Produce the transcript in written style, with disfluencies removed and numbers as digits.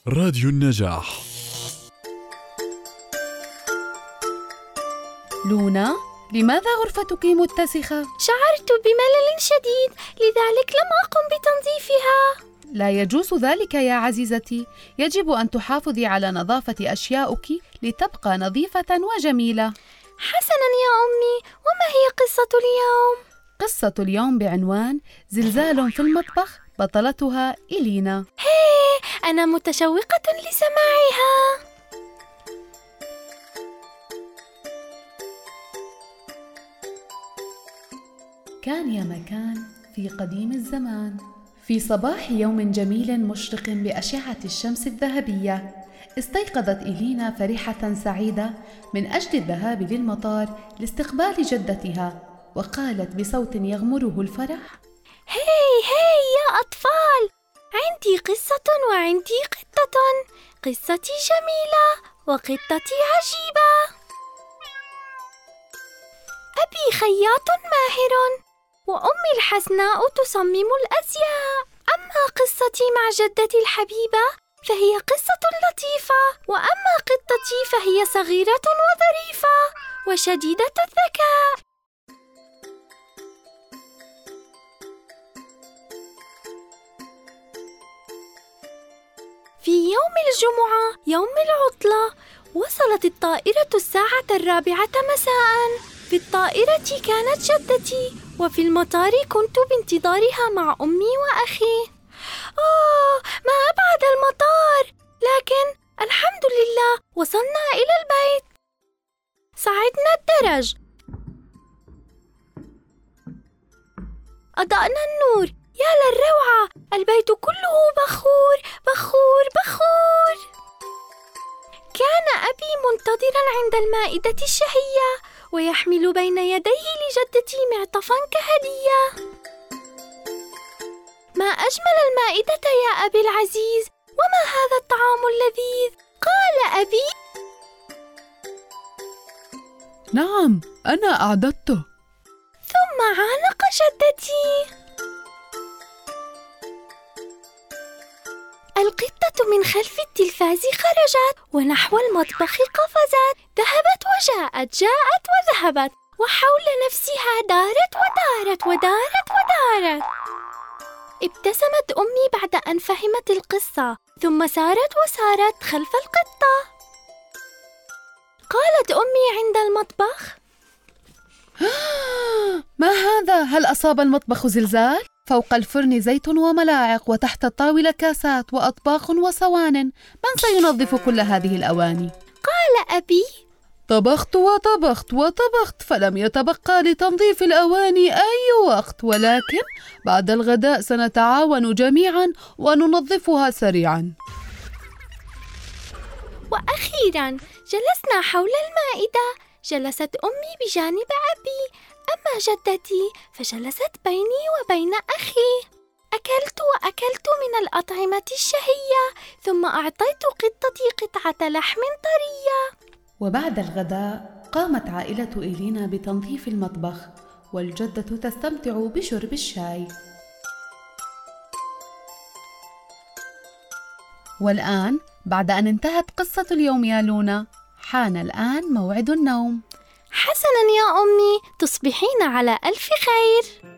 راديو النجاح. لونا، لماذا غرفتك متسخة؟ شعرت بملل شديد، لذلك لم أقم بتنظيفها. لا يجوز ذلك يا عزيزتي، يجب أن تحافظي على نظافة أشيائك لتبقى نظيفة وجميلة. حسناً يا أمي، وما هي قصة اليوم؟ قصة اليوم بعنوان زلزال في المطبخ، بطلتها إلينا. أنا متشوقة لسماعها. كان يا مكان في قديم الزمان، في صباح يوم جميل مشرق بأشعة الشمس الذهبية، استيقظت إلينا فرحة سعيدة من أجل الذهاب للمطار لاستقبال جدتها، وقالت بصوت يغمره الفرح: هاي يا أطفال، عندي قصة وعندي قطة. قصتي جميلة وقطتي عجيبة. أبي خياط ماهر، وأمي الحسناء تصمم الأزياء. أما قصتي مع جدتي الحبيبة فهي قصة لطيفة، وأما قطتي فهي صغيرة وظريفة وشديدة الذكاء. في يوم الجمعة، يوم العطلة، وصلت الطائرة الساعة 4 مساء. في الطائرة كانت جدتي، وفي المطار كنت بانتظارها مع أمي وأخي. ما أبعد المطار، لكن الحمد لله وصلنا إلى البيت. صعدنا الدرج، أضأنا النور. يا للروعة، البيت كله بخور بخور بخور. كان أبي منتظراً عند المائدة الشهية، ويحمل بين يديه لجدتي معطفاً كهدية. ما أجمل المائدة يا أبي العزيز، وما هذا الطعام اللذيذ؟ قال أبي. نعم، أنا أعددته. ثم عانق جدتي. القطة من خلف التلفاز خرجت، ونحو المطبخ قفزت. ذهبت وجاءت، جاءت وذهبت، وحول نفسها دارت ودارت ودارت ودارت. ابتسمت أمي بعد أن فهمت القصة، ثم سارت وسارت خلف القطة. قالت أمي عند المطبخ: ما هذا؟ هل أصاب المطبخ زلزال؟ فوق الفرن زيت وملاعق، وتحت الطاولة كاسات وأطباق وصوان. من سينظف كل هذه الأواني؟ قال أبي: طبخت وطبخت وطبخت، فلم يتبقى لتنظيف الأواني أي وقت، ولكن بعد الغداء سنتعاون جميعا وننظفها سريعا. وأخيرا جلسنا حول المائدة. جلست أمي بجانب أبي، أما جدتي فجلست بيني وبين أخي. أكلت وأكلت من الأطعمة الشهية، ثم أعطيت قطتي قطعة لحم طرية. وبعد الغداء قامت عائلة إلينا بتنظيف المطبخ، والجدة تستمتع بشرب الشاي. والآن بعد أن انتهت قصة اليوم يا لونا، حان الآن موعد النوم. حسناً يا أمي، تصبحين على ألف خير.